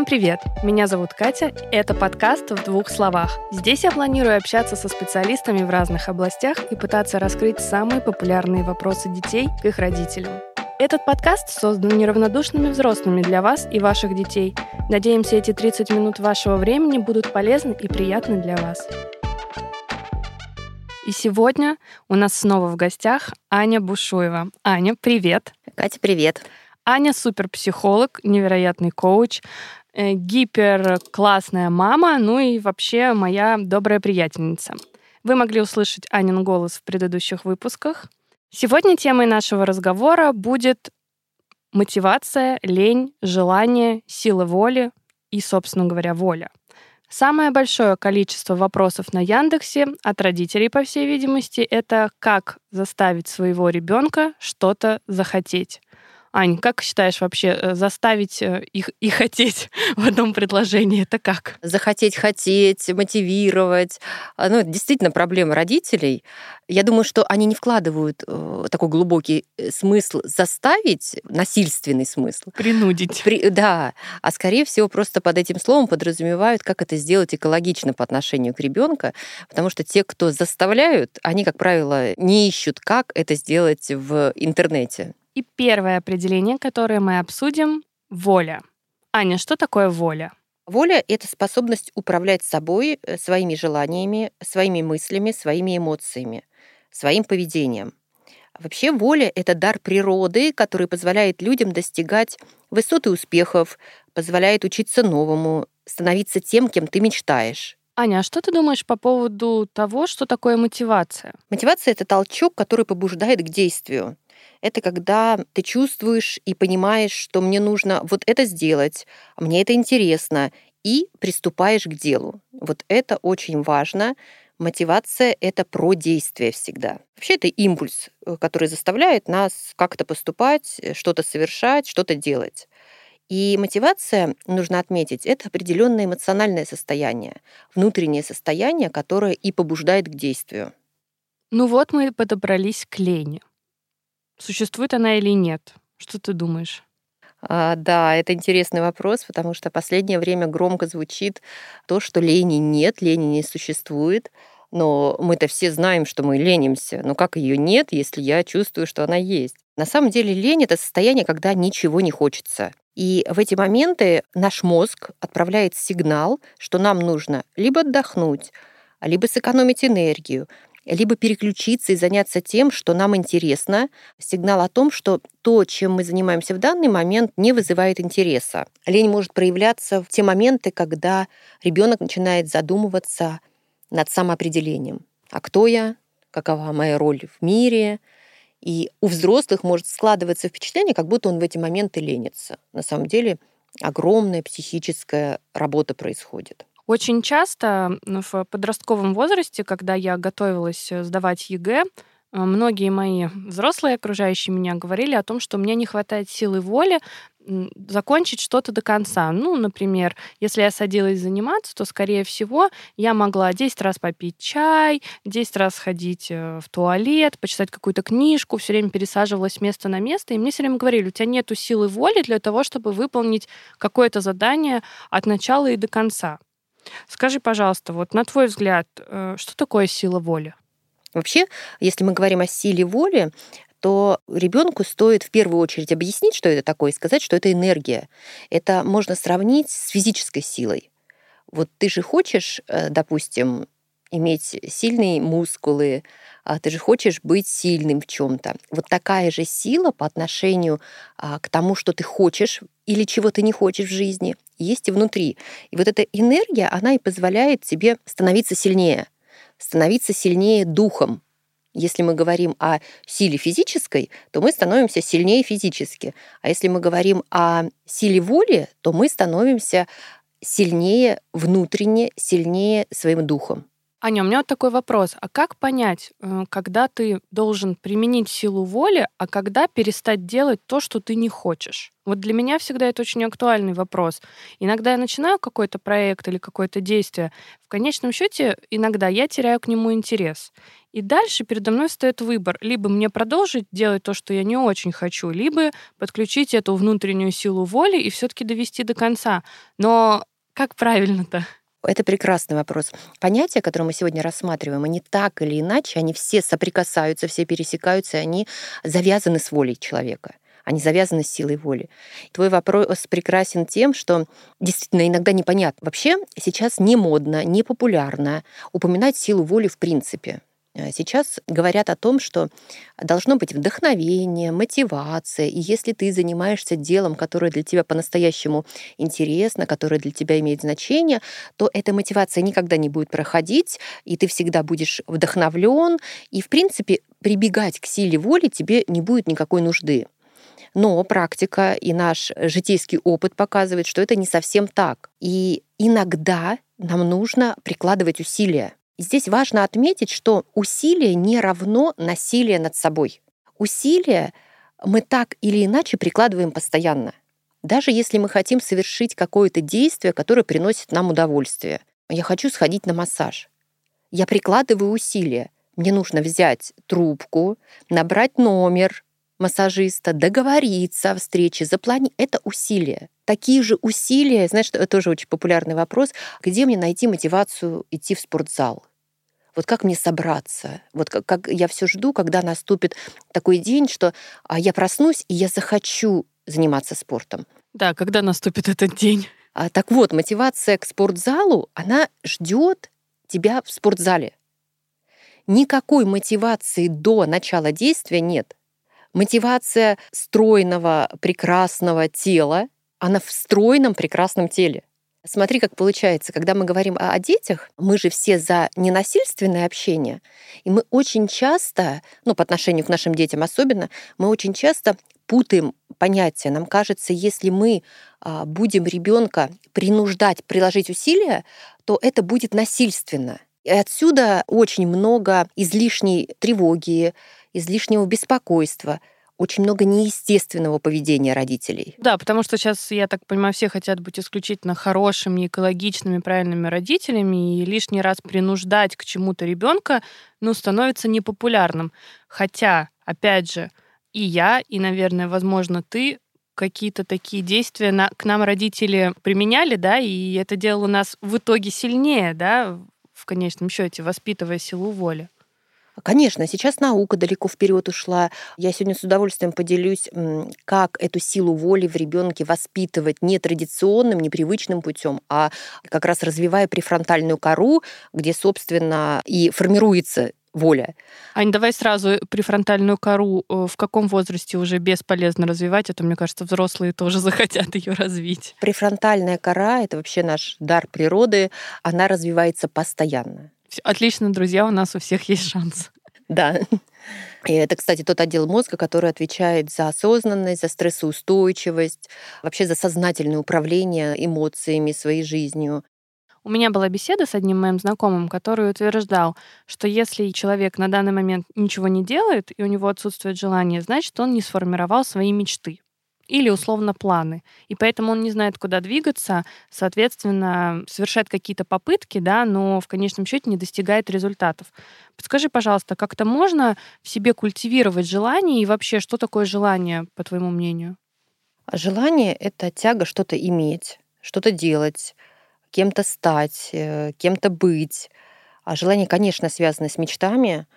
Всем привет! Меня зовут Катя, и это подкаст «В двух словах». Здесь я планирую общаться со специалистами в разных областях и пытаться раскрыть самые популярные вопросы детей к их родителям. Этот подкаст создан неравнодушными взрослыми для вас и ваших детей. Надеемся, эти 30 минут вашего времени будут полезны и приятны для вас. И сегодня у нас снова в гостях Аня Бушуева. Аня, привет! Катя, привет! Аня суперпсихолог, невероятный коуч, гиперклассная мама, ну и вообще моя добрая приятельница. Вы могли услышать Анин голос в предыдущих выпусках. Сегодня темой нашего разговора будет мотивация, лень, желание, сила воли и, собственно говоря, воля. Самое большое количество вопросов на Яндексе от родителей, по всей видимости, это как заставить своего ребенка что-то захотеть. Ань, как считаешь вообще, заставить их и хотеть в одном предложении? Это как? Захотеть, хотеть, мотивировать. Это действительно проблема родителей. Я думаю, что они не вкладывают такой глубокий смысл заставить, насильственный смысл. Принудить. Да, а скорее всего просто под этим словом подразумевают, как это сделать экологично по отношению к ребенку, потому что те, кто заставляют, они, как правило, не ищут, как это сделать в интернете. И первое определение, которое мы обсудим — воля. Аня, что такое воля? Воля — это способность управлять собой, своими желаниями, своими мыслями, своими эмоциями, своим поведением. Вообще воля — это дар природы, который позволяет людям достигать высоты успехов, позволяет учиться новому, становиться тем, кем ты мечтаешь. Аня, а что ты думаешь по поводу того, что такое мотивация? Мотивация — это толчок, который побуждает к действию. Это когда ты чувствуешь и понимаешь, что мне нужно вот это сделать, мне это интересно, и приступаешь к делу. Вот это очень важно. Мотивация — это про действие всегда. Вообще это импульс, который заставляет нас как-то поступать, что-то совершать, что-то делать. И мотивация, нужно отметить, это определенное эмоциональное состояние, внутреннее состояние, которое и побуждает к действию. Ну вот мы и подобрались к лени. Существует она или нет? Что ты думаешь? Да, это интересный вопрос, потому что в последнее время громко звучит то, что лени нет, лени не существует. Но мы-то все знаем, что мы ленимся. Но как ее нет, если я чувствую, что она есть? На самом деле лень — это состояние, когда ничего не хочется. И в эти моменты наш мозг отправляет сигнал, что нам нужно либо отдохнуть, либо сэкономить энергию, либо переключиться и заняться тем, что нам интересно. Сигнал о том, что то, чем мы занимаемся в данный момент, не вызывает интереса. Лень может проявляться в те моменты, когда ребенок начинает задумываться над самоопределением. А кто я? Какова моя роль в мире? И у взрослых может складываться впечатление, как будто он в эти моменты ленится. На самом деле огромная психическая работа происходит. Очень часто в подростковом возрасте, когда я готовилась сдавать ЕГЭ, многие мои взрослые, окружающие меня, говорили о том, что мне не хватает силы воли закончить что-то до конца. Например, если я садилась заниматься, то, скорее всего, я могла 10 раз попить чай, 10 раз сходить в туалет, почитать какую-то книжку, все время пересаживалась с места на место, и мне все время говорили: у тебя нету силы воли для того, чтобы выполнить какое-то задание от начала и до конца. Скажи, пожалуйста, вот на твой взгляд, что такое сила воли? Вообще, если мы говорим о силе воли, то ребенку стоит в первую очередь объяснить, что это такое, и сказать, что это энергия. Это можно сравнить с физической силой. Вот ты же хочешь, допустим, иметь сильные мускулы, ты же хочешь быть сильным в чем-то. Вот такая же сила по отношению к тому, что ты хочешь или чего ты не хочешь в жизни, есть и внутри. И вот эта энергия, она и позволяет тебе становиться сильнее духом. Если мы говорим о силе физической, то мы становимся сильнее физически. А если мы говорим о силе воли, то мы становимся сильнее внутренне, сильнее своим духом. Аня, у меня вот такой вопрос. А как понять, когда ты должен применить силу воли, а когда перестать делать то, что ты не хочешь? Вот для меня всегда это очень актуальный вопрос. Иногда я начинаю какой-то проект или какое-то действие, в конечном счете иногда я теряю к нему интерес. И дальше передо мной стоит выбор. Либо мне продолжить делать то, что я не очень хочу, либо подключить эту внутреннюю силу воли и все-таки довести до конца. Но как правильно-то? Это прекрасный вопрос. Понятия, которые мы сегодня рассматриваем, они так или иначе, они все соприкасаются, все пересекаются, они завязаны с волей человека. Они завязаны с силой воли. Твой вопрос прекрасен тем, что действительно иногда непонятно. Вообще сейчас не модно, не популярно упоминать силу воли в принципе. Сейчас говорят о том, что должно быть вдохновение, мотивация. И если ты занимаешься делом, которое для тебя по-настоящему интересно, которое для тебя имеет значение, то эта мотивация никогда не будет проходить, и ты всегда будешь вдохновлен. И, в принципе, прибегать к силе воли тебе не будет никакой нужды. Но практика и наш житейский опыт показывает, что это не совсем так. И иногда нам нужно прикладывать усилия. И здесь важно отметить, что усилие не равно насилие над собой. Усилия мы так или иначе прикладываем постоянно. Даже если мы хотим совершить какое-то действие, которое приносит нам удовольствие. Я хочу сходить на массаж. Я прикладываю усилия. Мне нужно взять трубку, набрать номер массажиста, договориться о встрече, запланировать. Это усилия. Такие же усилия, знаешь, это тоже очень популярный вопрос, где мне найти мотивацию идти в спортзал? Вот как мне собраться? Вот как я все жду, когда наступит такой день, что я проснусь, и я захочу заниматься спортом. Да, когда наступит этот день? Так вот, мотивация к спортзалу, она ждет тебя в спортзале. Никакой мотивации до начала действия нет. Мотивация стройного, прекрасного тела, она в стройном, прекрасном теле. Смотри, как получается, когда мы говорим о детях, мы же все за ненасильственное общение, и мы очень часто, по отношению к нашим детям особенно, мы очень часто путаем понятия. Нам кажется, если мы будем ребенка принуждать приложить усилия, то это будет насильственно. И отсюда очень много излишней тревоги, излишнего беспокойства, очень много неестественного поведения родителей. Да, потому что сейчас, я так понимаю, все хотят быть исключительно хорошими, экологичными, правильными родителями, и лишний раз принуждать к чему-то ребенка, становится непопулярным. Хотя, опять же, и я, и, наверное, возможно, ты какие-то такие действия к нам родители применяли, да, и это делало нас в итоге сильнее, да, в конечном счете, воспитывая силу воли. Конечно, сейчас наука далеко вперед ушла. Я сегодня с удовольствием поделюсь, как эту силу воли в ребенке воспитывать не традиционным, непривычным путем, а как раз развивая префронтальную кору, где, собственно, и формируется воля. Ань, давай сразу префронтальную кору в каком возрасте уже бесполезно развивать, а то, мне кажется, взрослые тоже захотят ее развить. Префронтальная кора — это вообще наш дар природы, она развивается постоянно. Отлично, друзья, у нас у всех есть шанс. Да. И это, кстати, тот отдел мозга, который отвечает за осознанность, за стрессоустойчивость, вообще за сознательное управление эмоциями, своей жизнью. У меня была беседа с одним моим знакомым, который утверждал, что если человек на данный момент ничего не делает, и у него отсутствует желание, значит, он не сформировал свои мечты или, условно, планы. И поэтому он не знает, куда двигаться, соответственно, совершает какие-то попытки, да, но в конечном счете не достигает результатов. Подскажи, пожалуйста, как-то можно в себе культивировать желание и вообще, что такое желание, по твоему мнению? Желание — это тяга что-то иметь, что-то делать, кем-то стать, кем-то быть. А желание, конечно, связано с мечтами,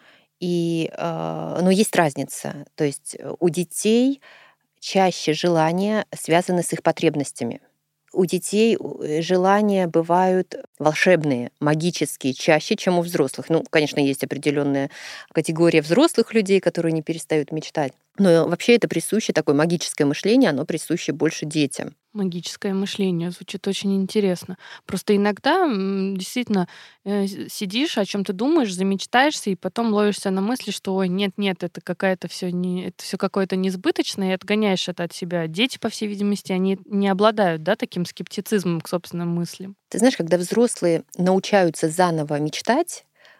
но есть разница. То есть у детей чаще желания связаны с их потребностями. У детей желания бывают волшебные, магические, чаще, чем у взрослых. Конечно, есть определенная категория взрослых людей, которые не перестают мечтать. Но вообще это присуще, такое магическое мышление, оно присуще больше детям. Магическое мышление звучит очень интересно. Просто иногда действительно сидишь, о чем ты думаешь, замечтаешься, и потом ловишься на мысли, что ой, нет, это какая-то все это все какое-то несбыточное, и отгоняешь это от себя. Дети, по всей видимости, они не обладают, да, таким скептицизмом к собственным мыслям. Ты знаешь, когда взрослые научаются заново мечтать,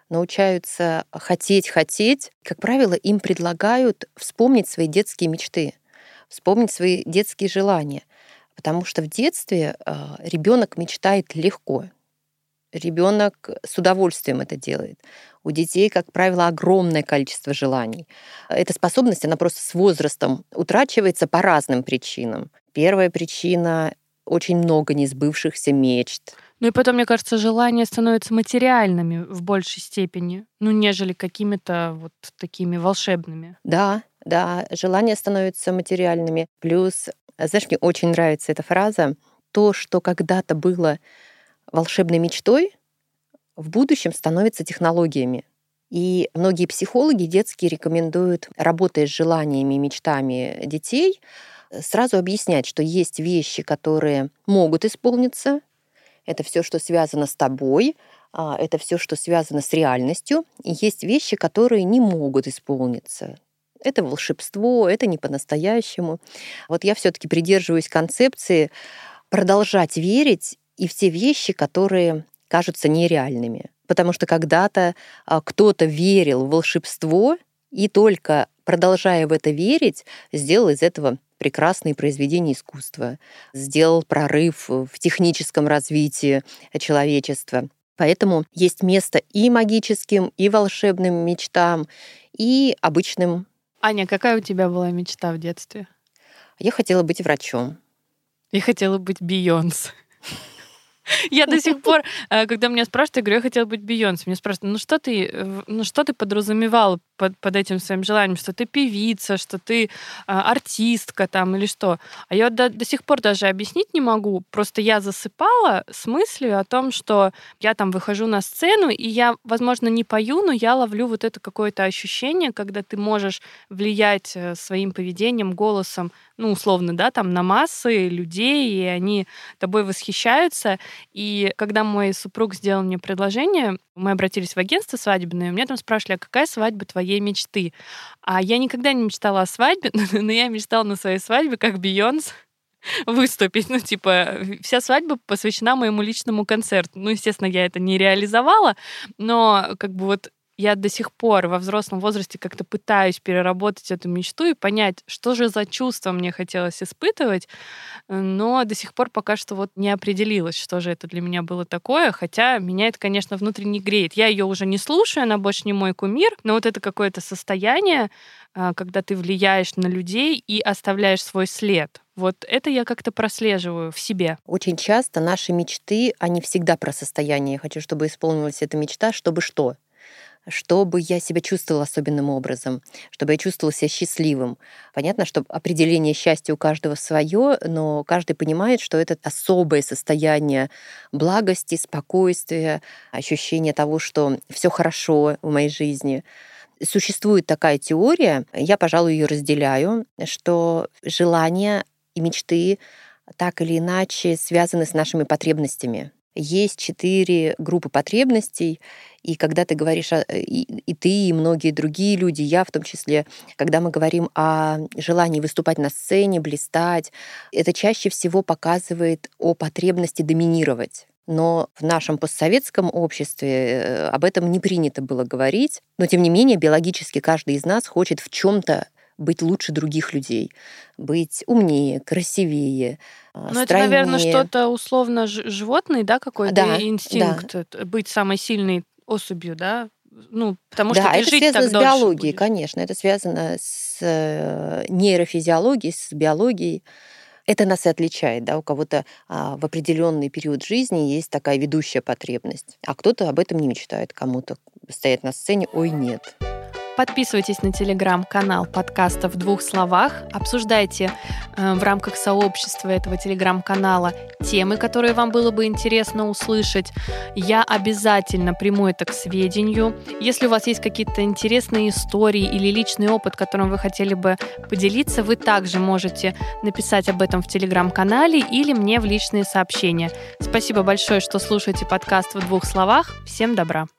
научаются хотеть. Как правило, им предлагают вспомнить свои детские мечты, вспомнить свои детские желания. Потому что в детстве ребенок мечтает легко. Ребенок с удовольствием это делает. У детей, как правило, огромное количество желаний. Эта способность, она просто с возрастом утрачивается по разным причинам. Первая причина — очень много несбывшихся мечт. Ну и потом, мне кажется, желания становятся материальными в большей степени, нежели какими-то вот такими волшебными. Да, желания становятся материальными. Плюс, знаешь, мне очень нравится эта фраза: то, что когда-то было волшебной мечтой, в будущем становится технологиями. И многие психологи детские рекомендуют, работая с желаниями и мечтами детей, сразу объяснять, что есть вещи, которые могут исполниться. Это все, что связано с тобой, это все, что связано с реальностью. И есть вещи, которые не могут исполниться. Это волшебство, это не по-настоящему. Вот я все-таки придерживаюсь концепции продолжать верить и в те вещи, которые кажутся нереальными. Потому что когда-то кто-то верил в волшебство и только продолжая в это верить, сделал из этого прекрасные произведения искусства, сделал прорыв в техническом развитии человечества. Поэтому есть место и магическим, и волшебным мечтам, и обычным. Аня, какая у тебя была мечта в детстве? Я хотела быть врачом. Я хотела быть Бейонсе. Я до сих пор, когда меня спрашивают, я говорю, я хотела быть Бейонсе. Меня спрашивают, что ты подразумевала под этим своим желанием, что ты певица, что ты артистка там или что. А я до сих пор даже объяснить не могу. Просто я засыпала с мыслью о том, что я там выхожу на сцену, и я, возможно, не пою, но я ловлю вот это какое-то ощущение, когда ты можешь влиять своим поведением, голосом, условно, да, там на массы людей, и они тобой восхищаются. И когда мой супруг сделал мне предложение, мы обратились в агентство свадебное, меня там спрашивали, а какая свадьба твоей мечты? А я никогда не мечтала о свадьбе, но я мечтала на своей свадьбе, как Бейонсе, выступить. Вся свадьба посвящена моему личному концерту. Естественно, я это не реализовала, но я до сих пор во взрослом возрасте как-то пытаюсь переработать эту мечту и понять, что же за чувство мне хотелось испытывать, но до сих пор пока что не определилась, что же это для меня было такое, хотя меня это, конечно, внутренне греет. Я ее уже не слушаю, она больше не мой кумир, но вот это какое-то состояние, когда ты влияешь на людей и оставляешь свой след. Вот это я как-то прослеживаю в себе. Очень часто наши мечты, они всегда про состояние. Я хочу, чтобы исполнилась эта мечта, чтобы что? Чтобы я себя чувствовала особенным образом, чтобы я чувствовала себя счастливым. Понятно, что определение счастья у каждого свое, но каждый понимает, что это особое состояние благости, спокойствия, ощущение того, что все хорошо в моей жизни. Существует такая теория, я, пожалуй, ее разделяю, что желания и мечты так или иначе связаны с нашими потребностями. Есть 4 группы потребностей, и когда ты говоришь, и ты, и многие другие люди, я в том числе, когда мы говорим о желании выступать на сцене, блистать, это чаще всего показывает о потребности доминировать. Но в нашем постсоветском обществе об этом не принято было говорить. Но тем не менее, биологически каждый из нас хочет в чем-то быть лучше других людей, быть умнее, красивее, стройнее. Это, наверное, что-то условно животное, да, какой-то инстинкт, быть самой сильной особью, да? Потому что ты это жить связано так с дольше биологией, будешь. конечно. Это связано с нейрофизиологией, с биологией. Это нас и отличает, да, у кого-то в определенный период жизни есть такая ведущая потребность, а кто-то об этом не мечтает, кому-то стоять на сцене, ой, нет. Подписывайтесь на телеграм-канал подкаста «В двух словах». Обсуждайте в рамках сообщества этого телеграм-канала темы, которые вам было бы интересно услышать. Я обязательно приму это к сведению. Если у вас есть какие-то интересные истории или личный опыт, которым вы хотели бы поделиться, вы также можете написать об этом в телеграм-канале или мне в личные сообщения. Спасибо большое, что слушаете подкаст «В двух словах». Всем добра!